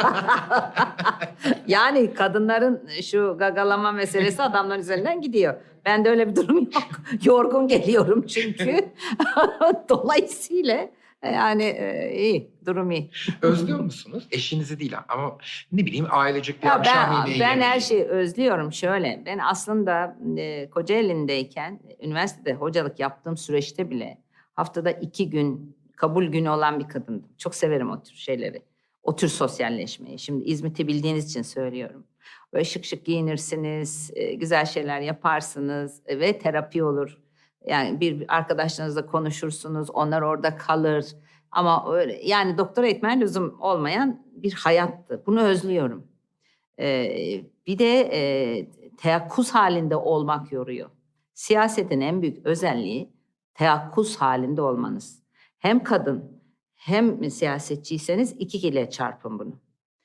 Yani kadınların şu gagalama meselesi adamların üzerinden gidiyor. Bende öyle bir durum yok. Yorgun geliyorum çünkü. Dolayısıyla yani e, iyi, durum iyi. Özlüyor musunuz? Eşinizi değil ama ne bileyim ailecek bir Ya akşam ben, yemeği ben yemeği. her şeyi özlüyorum şöyle. Ben aslında e, Kocaeli'ndeyken üniversitede hocalık yaptığım süreçte bile haftada iki gün kabul günü olan bir kadındım. Çok severim o tür şeyleri. O tür sosyalleşmeyi. Şimdi İzmit'i bildiğiniz için söylüyorum. Böyle şık şık giyinirsiniz, e, güzel şeyler yaparsınız e, ve terapi olur. Yani bir bir arkadaşlarınızla konuşursunuz, onlar orada kalır. Ama öyle yani doktora etmen lüzum olmayan bir hayattı. Bunu özlüyorum. Ee, bir de e, teyakkuz halinde olmak yoruyor. Siyasetin en büyük özelliği teyakkuz halinde olmanız. Hem kadın hem siyasetçiyseniz iki ile çarpın bunu.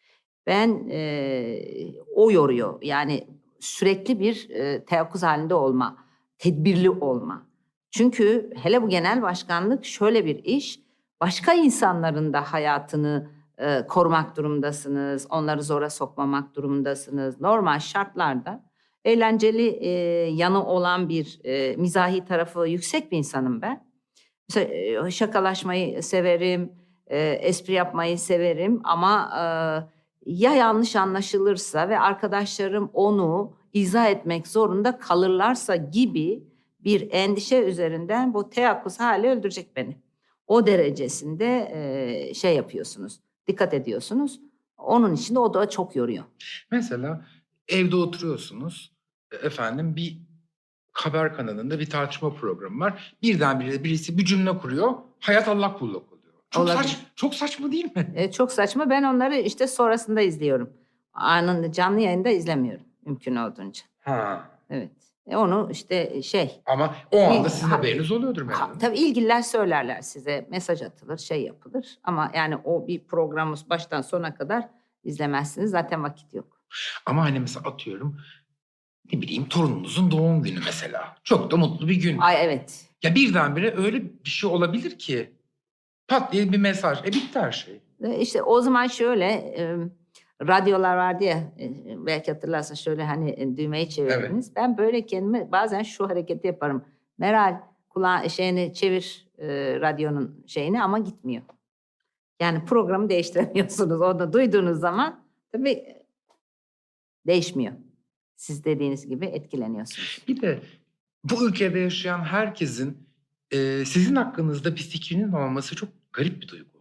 Ben e, o yoruyor. Yani sürekli bir e, teyakkuz halinde olma, tedbirli olma. Çünkü hele bu genel başkanlık şöyle bir iş, başka insanların da hayatını e, korumak durumundasınız, onları zora sokmamak durumundasınız. Normal şartlarda eğlenceli e, yanı olan bir e, mizahi tarafı yüksek bir insanım ben. Mesela e, şakalaşmayı severim, e, espri yapmayı severim ama e, ya yanlış anlaşılırsa ve arkadaşlarım onu izah etmek zorunda kalırlarsa gibi bir endişe üzerinden bu teyakkuz hali öldürecek beni. O derecesinde e, şey yapıyorsunuz, dikkat ediyorsunuz. Onun için de o da çok yoruyor. Mesela evde oturuyorsunuz. e, Efendim bir haber kanalında bir tartışma programı var. Birdenbire birisi bir cümle kuruyor. Hayat allak bullak oluyor. Çok, Olabilir. saç, çok saçma değil mi? E, çok saçma. Ben onları işte sonrasında izliyorum. Anında canlı yayında izlemiyorum mümkün olduğunca. Ha. Evet. E, onu işte şey. Ama o anda Bir- sizin ha- haberiniz oluyordur Meral Ha, Hanım. tabii ilgililer söylerler size. Mesaj atılır, şey yapılır. Ama yani o bir programı baştan sona kadar izlemezsiniz. Zaten vakit yok. Ama hani mesela atıyorum ne bileyim torununuzun doğum günü mesela. Çok da mutlu bir gün. Ay evet. Ya birdenbire öyle bir şey olabilir ki pat diye bir mesaj. E bitti her şey. E, İşte o zaman şöyle e, radyolar vardı ya e, belki hatırlarsın şöyle hani e, düğmeyi çevirdiniz. Ben böyle kendime bazen şu hareketi yaparım. Meral kulağı şeyini çevir e, radyonun şeyini ama gitmiyor. Yani programı değiştiremiyorsunuz. Onu duyduğunuz zaman tabii değişmiyor. Siz dediğiniz gibi etkileniyorsunuz. Bir de bu ülkede yaşayan herkesin e, sizin hakkınızda bir fikrinin olması çok garip bir duygu.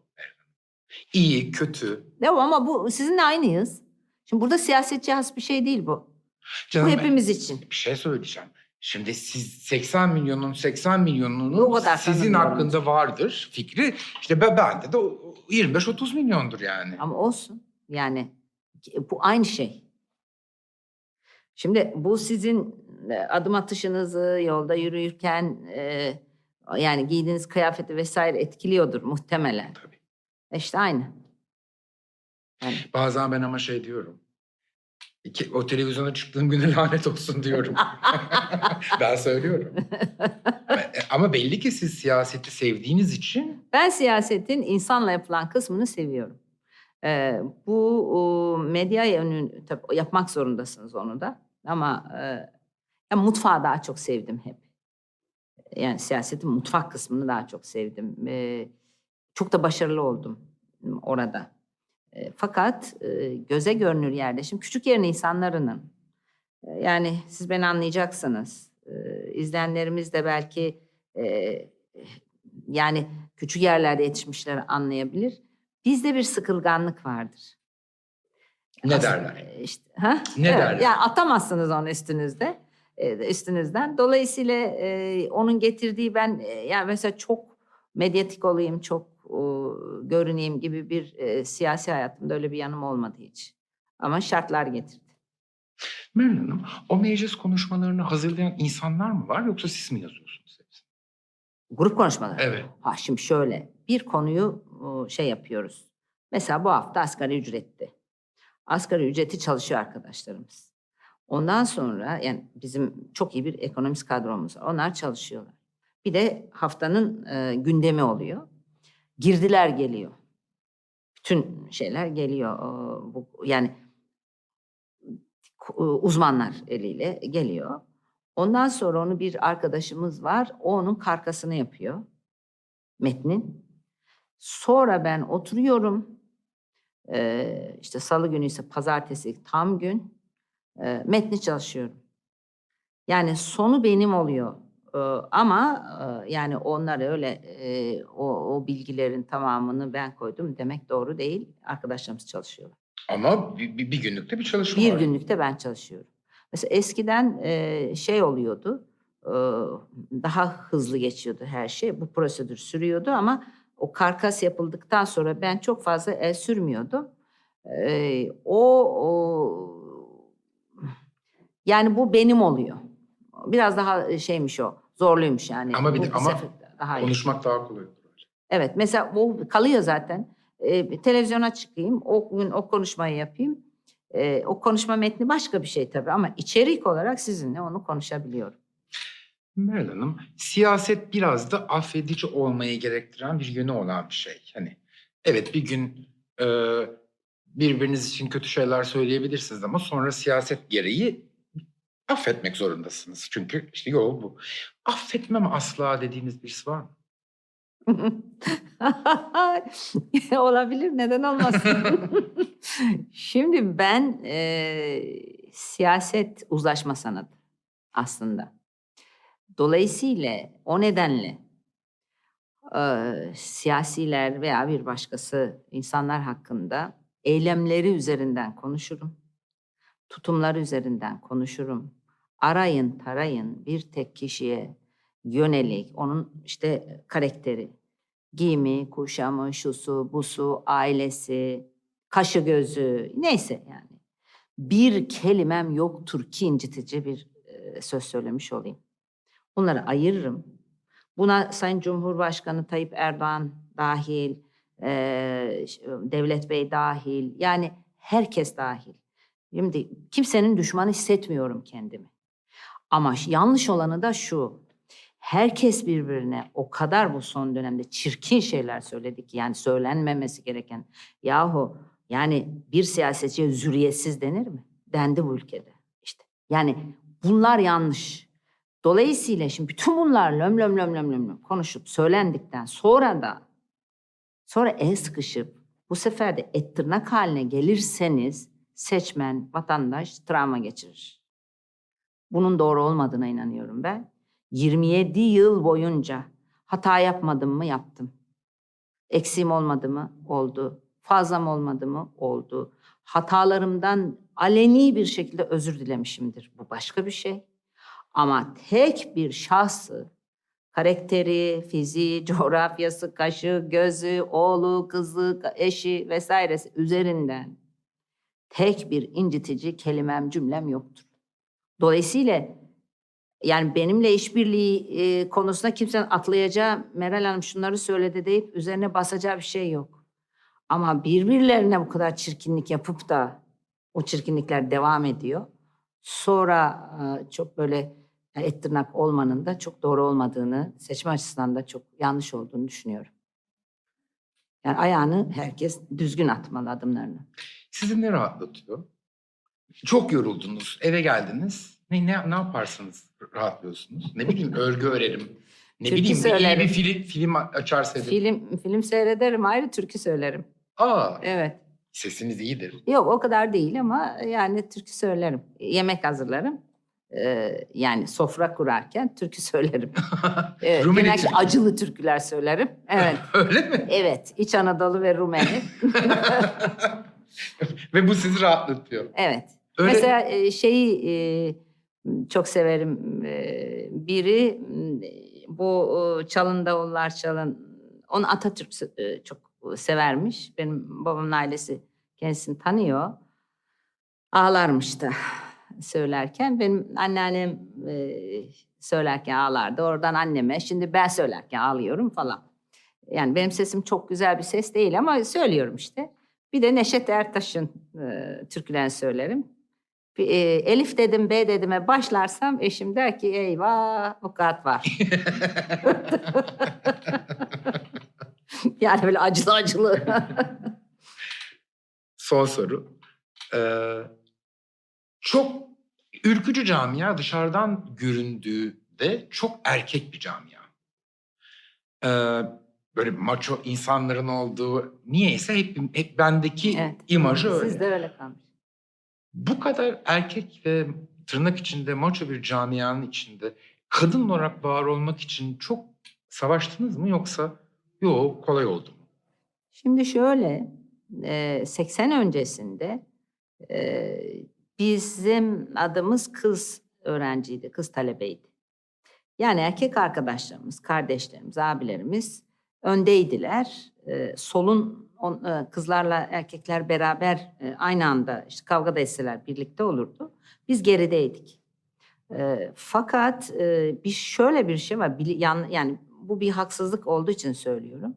İyi, kötü. Ne ama bu sizinle aynıyız. Şimdi burada siyasetçi has bir şey değil bu. Canım Bu ben hepimiz için. bir şey söyleyeceğim. Şimdi siz seksen milyonun seksen O milyonunun kadar sizin tanımıyorum. hakkında vardır fikri. İşte ben bende de o yirmi beş otuz milyondur yani. Ama olsun. Yani bu aynı şey. Şimdi bu sizin e, adım atışınızı yolda yürürken e, yani giydiğiniz kıyafeti vesaire etkiliyordur muhtemelen. Tabii. İşte aynı. Yani Bazen ben ama şey diyorum. Ki o televizyona çıktığım güne lanet olsun diyorum. Ben söylüyorum. Ama belli ki siz siyaseti sevdiğiniz için... Ben siyasetin insanla yapılan kısmını seviyorum. Ee, bu o, medya yönünü tabii yapmak zorundasınız onu da. Ama e, ya mutfağı daha çok sevdim hep. Yani siyasetin mutfak kısmını daha çok sevdim. Ee, çok da başarılı oldum orada. E, fakat e, göze görünür yerde, şimdi küçük yerin insanlarının, e, yani siz beni anlayacaksınız. E, izleyenlerimiz de belki e, yani küçük yerlerde yetişmişler anlayabilir. Bizde bir sıkılganlık vardır. Ne As- derler? e, işte, ha? Ne Evet, derler? yani atamazsınız onu üstünüzde, e, üstünüzden. Dolayısıyla e, onun getirdiği, ben e, yani mesela çok medyatik olayım, çok e, görüneyim gibi bir e, siyasi hayatımda öyle bir yanım olmadı hiç. Ama şartlar getirdi. Meral Hanım, o meclis konuşmalarını hazırlayan insanlar mı var yoksa siz mi yazıyorsunuz hepsini? Grup konuşmaları. Evet. Ha şimdi şöyle bir konuyu e, şey yapıyoruz. Mesela bu hafta asgari ücretti. Asgari ücreti çalışıyor arkadaşlarımız. Ondan sonra yani bizim çok iyi bir ekonomist kadromuz var. Onlar çalışıyorlar. Bir de haftanın e, gündemi oluyor. Girdiler geliyor. Bütün şeyler geliyor. O, bu, yani e, uzmanlar eliyle geliyor. Ondan sonra onu bir arkadaşımız var. O onun karkasını yapıyor. Metnin. Sonra ben oturuyorum. E, işte salı günü ise pazartesi tam gün. E, metni çalışıyorum. Yani sonu benim oluyor. Ee, ama e, yani onlar öyle e, o, o bilgilerin tamamını ben koydum demek doğru değil. Arkadaşlarımız çalışıyorlar. Ama bir, bir, bir günlükte bir çalışma Bir var. günlükte ben çalışıyorum. Mesela eskiden e, şey oluyordu. e, Daha hızlı geçiyordu her şey. Bu prosedür sürüyordu ama o karkas yapıldıktan sonra ben çok fazla el sürmüyordum. E, o, o yani bu benim oluyor. Biraz daha şeymiş o. Zorluymuş yani. Ama bir Bu de bir ama sefer daha iyi. konuşmak daha kolay olur. Evet, mesela o kalıyor zaten. Ee, televizyona çıkayım, o gün o konuşmayı yapayım. Ee, o konuşma metni başka bir şey tabii ama içerik olarak sizinle onu konuşabiliyorum. Meral Hanım, siyaset biraz da affedici olmayı gerektiren bir yönü olan bir şey. Hani evet, bir gün e, birbiriniz için kötü şeyler söyleyebilirsiniz ama sonra siyaset gereği affetmek zorundasınız. Çünkü işte yol bu. Affetmem asla dediğiniz birisi var mı? Olabilir, neden olmasın? Şimdi ben e, siyaset uzlaşma sanatı aslında. Dolayısıyla o nedenle e, siyasiler veya bir başkası insanlar hakkında eylemleri üzerinden konuşurum. Tutumları üzerinden konuşurum. Arayın, tarayın bir tek kişiye yönelik onun işte karakteri, giyimi, kuşamı, şusu, busu, ailesi, kaşı gözü neyse yani. Bir kelimem yoktur ki incitici bir e, söz söylemiş olayım. Bunları ayırırım. Buna Sayın Cumhurbaşkanı Tayyip Erdoğan dahil, e, Devlet Bey dahil, yani herkes dahil. Şimdi kimsenin düşmanı hissetmiyorum kendimi. Ama yanlış olanı da şu. Herkes birbirine o kadar bu son dönemde çirkin şeyler söyledi ki, yani söylenmemesi gereken. Yahu yani bir siyasetçiye zürriyetsiz denir mi? Dendi bu ülkede işte. Yani bunlar yanlış. Dolayısıyla şimdi bütün bunlar löm löm löm löm löm konuşup söylendikten sonra da sonra el sıkışıp bu sefer de et tırnak haline gelirseniz seçmen, vatandaş travma geçirir. Bunun doğru olmadığına inanıyorum ben. yirmi yedi yıl boyunca hata yapmadım mı? Yaptım. Eksiğim olmadı mı? Oldu. Fazlam olmadı mı? Oldu. Hatalarımdan aleni bir şekilde özür dilemişimdir. Bu başka bir şey. Ama tek bir şahsı, karakteri, fiziği, coğrafyası, kaşı, gözü, oğlu, kızı, eşi vesairesi üzerinden tek bir incitici kelimem, cümlem yoktur. Dolayısıyla yani benimle işbirliği e, konusunda kimsenin atlayacağı, Meral Hanım şunları söyledi deyip üzerine basacağı bir şey yok. Ama birbirlerine bu kadar çirkinlik yapıp da O çirkinlikler devam ediyor. Sonra e, çok böyle et tırnak olmanın da çok doğru olmadığını, seçme açısından da çok yanlış olduğunu düşünüyorum. Yani ayağını herkes düzgün atmalı, adımlarını. Sizi ne rahatlatıyor? Çok yoruldunuz, eve geldiniz. Ne, ne, ne yaparsanız rahatlıyorsunuz? Ne bileyim örgü örerim. Ne Türkü bileyim bir, iyi söylerim. bir film, film açar severim. Film film seyrederim, ayrı türkü söylerim. Aa, Evet. sesiniz iyidir. Yok o kadar değil ama yani türkü söylerim. Yemek hazırlarım. Ee, yani sofra kurarken türkü söylerim. Evet, Rumeli genellikle türkü. acılı türküler söylerim. Evet. Öyle mi? Evet. İç Anadolu ve Rumeli. Ve bu sizi rahatlatıyor. Evet. Öyle... Mesela e, şeyi e, çok severim. E, biri bu e, Çalın Davullar Çalın. Onu Atatürk e, çok severmiş. Benim babamın ailesi kendisini tanıyor. Ağlarmış da söylerken. Benim anneannem e, söylerken ağlardı. Oradan anneme. Şimdi ben söylerken ağlıyorum falan. Yani benim sesim çok güzel bir ses değil ama söylüyorum işte. Bir de Neşet Ertaş'ın e, türkülerini söylerim. Bir, e, Elif dedim, B dedime başlarsam eşim der ki eyvah vukuat var. Yani böyle acılı acılı. Son soru. Ee, çok ürkücü camia dışarıdan göründüğünde çok erkek bir camia. Ee, böyle maço insanların olduğu niyeyse hep, hep bendeki Evet. imajı öyle. Siz de öyle kalmış. Bu kadar erkek ve tırnak içinde maço bir camianın içinde kadın olarak var olmak için çok savaştınız mı yoksa yok kolay oldu mu? Şimdi şöyle seksen öncesinde bizim adımız kız öğrenciydi, kız talebeydi. Yani erkek arkadaşlarımız, kardeşlerimiz, abilerimiz öndeydiler. Solun kızlarla erkekler beraber aynı anda işte kavga da etseler birlikte olurdu. Biz gerideydik. Fakat bir şöyle bir şey var. Yani bu bir haksızlık olduğu için söylüyorum.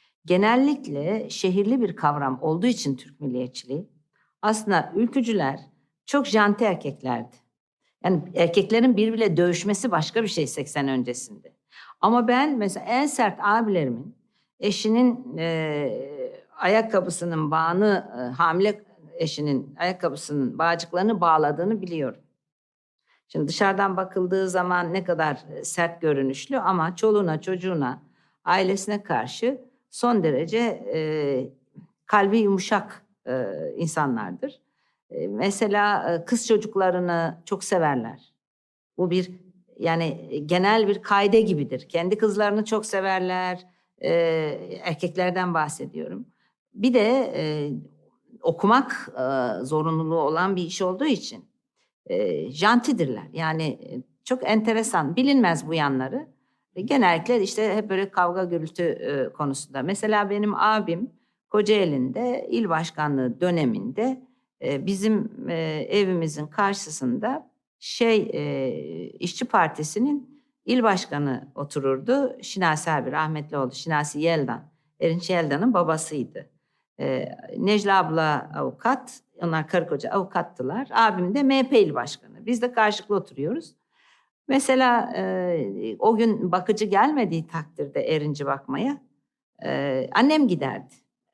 Genellikle şehirli bir kavram olduğu için Türk milliyetçiliği aslında ülkücüler çok janti erkeklerdi. Yani erkeklerin birbiriyle dövüşmesi başka bir şey seksen öncesinde. Ama ben mesela en sert abilerimin eşinin e, ayakkabısının bağını, e, hamile eşinin ayakkabısının bağcıklarını bağladığını biliyorum. Şimdi dışarıdan bakıldığı zaman ne kadar sert görünüşlü ama çoluğuna, çocuğuna, ailesine karşı son derece e, kalbi yumuşak e, insanlardır. E, mesela e, kız çocuklarını çok severler. Bu bir yani genel bir kaide gibidir. Kendi kızlarını çok severler. E, erkeklerden bahsediyorum. Bir de e, okumak e, zorunluluğu olan bir iş olduğu için e, jantidirler. Yani e, çok enteresan, bilinmez bu yanları. E, genellikle işte hep böyle kavga gürültü e, konusunda. Mesela benim abim Kocaeli'nde il başkanlığı döneminde e, bizim e, evimizin karşısında şey e, İşçi Partisi'nin il başkanı otururdu. Şinasi abi rahmetli oldu. Şinasi Yeldan. Erinç Yeldan'ın babasıydı. E, Necla abla avukat. Onlar karı koca avukattılar. Abim de M H P il başkanı. Biz de karşılıklı oturuyoruz. Mesela e, o gün bakıcı gelmediği takdirde Erinci bakmaya e, annem giderdi.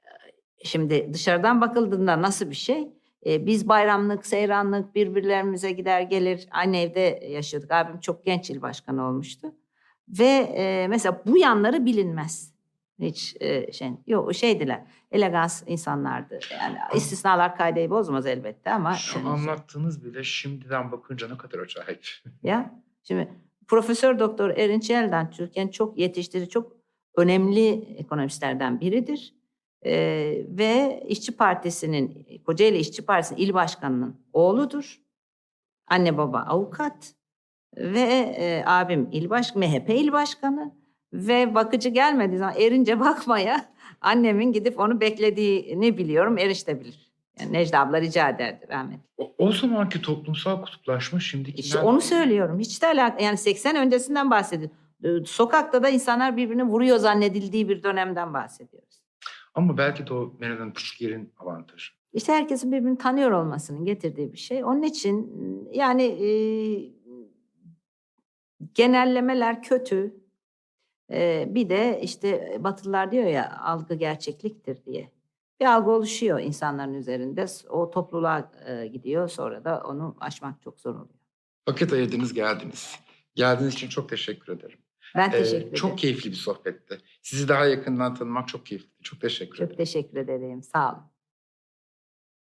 Şimdi dışarıdan bakıldığında nasıl bir şey? E, biz bayramlık, seyranlık birbirlerimize gider gelir. Aynı evde yaşıyorduk. Abim çok genç il başkanı olmuştu. Ve e, mesela bu yanları bilinmez. Hiç e, şey yok şeydiler. Elegans insanlardı. Yani istisnalar kaideyi bozmaz elbette ama şu yani, anlattığınız bile şimdiden bakınca ne kadar acayip. Ya şimdi Profesör Doktor Erinç Yeldan Türkiye'nin çok yetiştirici, çok önemli ekonomistlerden biridir. Ee, ve İşçi Partisi'nin, Kocaeli İşçi Partisi'nin il başkanının oğludur. Anne baba avukat ve e, abim il baş, M H P il başkanı ve bakıcı gelmediği zaman Erince bakmaya annemin gidip onu beklediğini biliyorum. Eriş de bilir. Yani Necla abla rica ederdi rahmetli. O, o zamanki toplumsal kutuplaşma şimdikinden... İşte onu söylüyorum. Hiç de alakalı. Yani seksen öncesinden bahsediyorum. Sokakta da insanlar birbirini vuruyor zannedildiği bir dönemden bahsediyoruz. Ama belki de o Meral Küçükler'in avantajı. İşte herkesin birbirini tanıyor olmasının getirdiği bir şey. Onun için yani e, genellemeler kötü. E, bir de işte Batılılar diyor ya algı gerçekliktir diye. Bir algı oluşuyor insanların üzerinde. O topluluğa e, gidiyor. Sonra da onu aşmak çok zor oluyor. Vakit ayırdınız, geldiniz. Geldiğiniz için çok teşekkür ederim. Ben Ee, teşekkür ederim. çok keyifli bir sohbetti. Sizi daha yakından tanımak çok keyifli. Çok teşekkür ederim. Çok teşekkür ederim. Sağ olun.